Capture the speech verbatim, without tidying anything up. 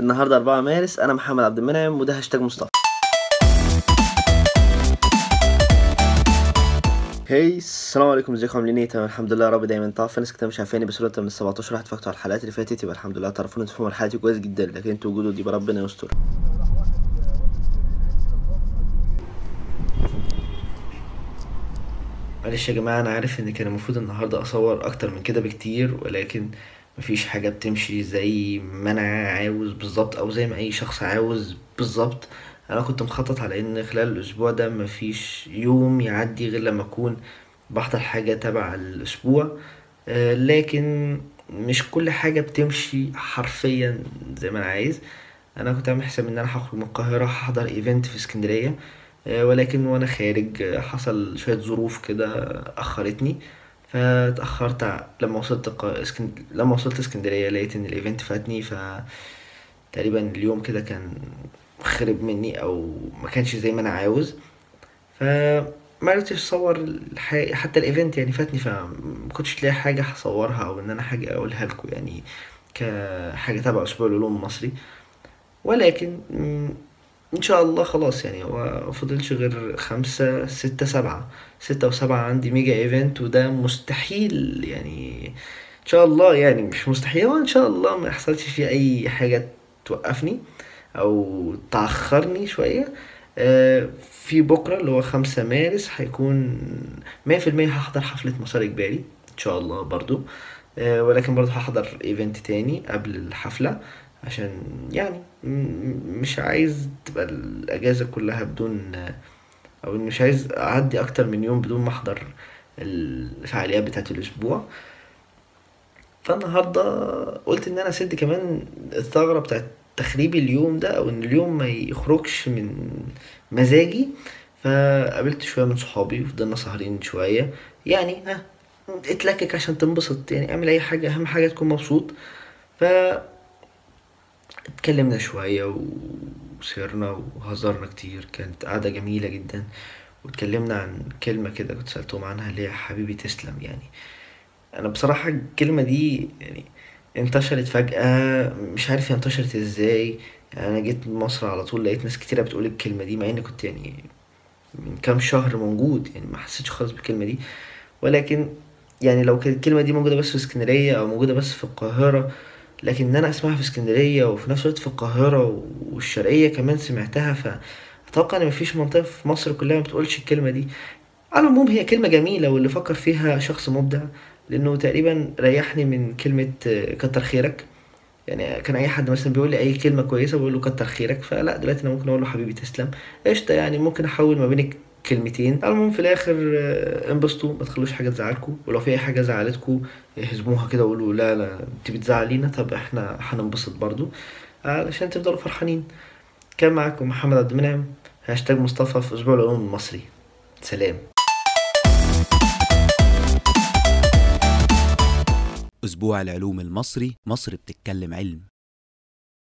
النهارده أربعة مارس، انا محمد عبد المنعم وده هاشتاج مصطفى. هاي السلام عليكم، ازيكم عاملين ايه؟ تمام الحمد لله يا رب دايما. طبعا في ناس كتير مش عارفاني، بس لو انت من سبعتاشر واحد فاكتوا على الحلقات اللي فاتت يبقى الحمد لله تعرفوني تفهموا حالاتي كويس جدا، لكن انتوا وجودوا دي يبقى ربنا يستر. معلش يا جماعه، انا عارف ان كان المفروض النهارده اصور اكتر من كده بكتير، ولكن مفيش حاجه بتمشي زي ما انا عاوز بالظبط او زي ما اي شخص عاوز بالظبط. انا كنت مخطط على ان خلال الاسبوع ده مفيش يوم يعدي غير لما اكون بحضر حاجه تبع الاسبوع. آه، لكن مش كل حاجه بتمشي حرفيا زي ما انا عايز. انا كنت عامل حساب ان انا هخرج من القاهره هحضر ايفنت في اسكندريه، آه، ولكن وانا خارج آه، حصل شويه ظروف كده اخرتني. فاتاخرت ع- لما وصلت الق- اسكند... لما وصلت اسكندريه لقيت ان الايفنت فاتني، فتقريبا اليوم كده كان خرب مني او ما كانش زي ما انا عاوز. فما عرفتش اصور الح... حتى الايفنت يعني فاتني، فما كنتش لاقي حاجه هصورها او ان انا حاجه اقولها لكم يعني كحاجه تبع اسبوع العلوم المصري. ولكن مم، ان شاء الله خلاص يعني هو مفضلش غير خمسة ستة سبعة. ستة وسبعة عندي ميجا ايفنت، وده مستحيل يعني. ان شاء الله يعني مش مستحيل، هو ان شاء الله ما يحصلش فيه اي حاجة توقفني او تأخرني شوية. آه، في بكرة اللي هو خمسة مارس هيكون مية في المية هحضر حفلة مسار إجباري إن شاء الله برضو. آه، ولكن برضو هحضر ايفنت تاني قبل الحفلة، عشان يعني م- مش عايز تبقى الأجازة كلها بدون، أو مش عايز أعدي أكتر من يوم بدون ما أحضر الفعاليات بتاعت الأسبوع. فالنهاردة قلت إن أنا أسد كمان الثغرة بتاعت تخريب اليوم ده، أو إن اليوم ما يخرجش من مزاجي. فقابلت شوية من صحابي وفضلنا سهرين شوية، يعني ها اتلكك عشان تنبسط، يعني اعمل أي حاجة، أهم حاجة تكون مبسوط. ف اتكلمنا شوية وسهرنا وهزرنا كتير، كانت قعدة جميلة جدا. واتكلمنا عن كلمة كده كنت سألتهم عنها اللي هي حبيبي تسلم يعني. أنا بصراحة الكلمة دي يعني انتشرت فجأة، مش عارف هي انتشرت ازاي. يعني أنا جيت من مصر على طول لقيت ناس كتيرة بتقول الكلمة دي، مع إني كنت يعني من كام شهر موجود، يعني ما حسيتش خالص بالكلمة دي. ولكن يعني لو كانت الكلمة دي موجودة بس في اسكندرية أو موجودة بس في القاهرة، لكن إن أنا أسمعها في اسكندرية وفي نفس الوقت في القاهرة والشرقية كمان سمعتها، فأتوقع إن مفيش منطقة في مصر كلها ما بتقولش الكلمة دي. على العموم هي كلمة جميلة، واللي فكر فيها شخص مبدع، لأنه تقريبا ريحني من كلمة آه، كتر خيرك. يعني كان أي حد مثلا بيقول لي أي كلمة كويسة بقول له كتر خيرك، فلا دلوقتي أنا ممكن أقول له حبيبي تسلم. قشطة، يعني ممكن أحول ما بين كلمتين. على العموم في الاخر آه، انبسطوا، ما تخلوش حاجه تزعلكوا، ولو في اي حاجه زعلتكوا هزموها كده وقولوا لا لا انت بتزعلينا، طب احنا هننبسط برضو علشان تفضلوا فرحانين. كان معاكم محمد عبد المنعم، هاشتاج مصطفى في اسبوع العلوم المصري. سلام. أسبوع العلوم المصري، مصر بتتكلم علم.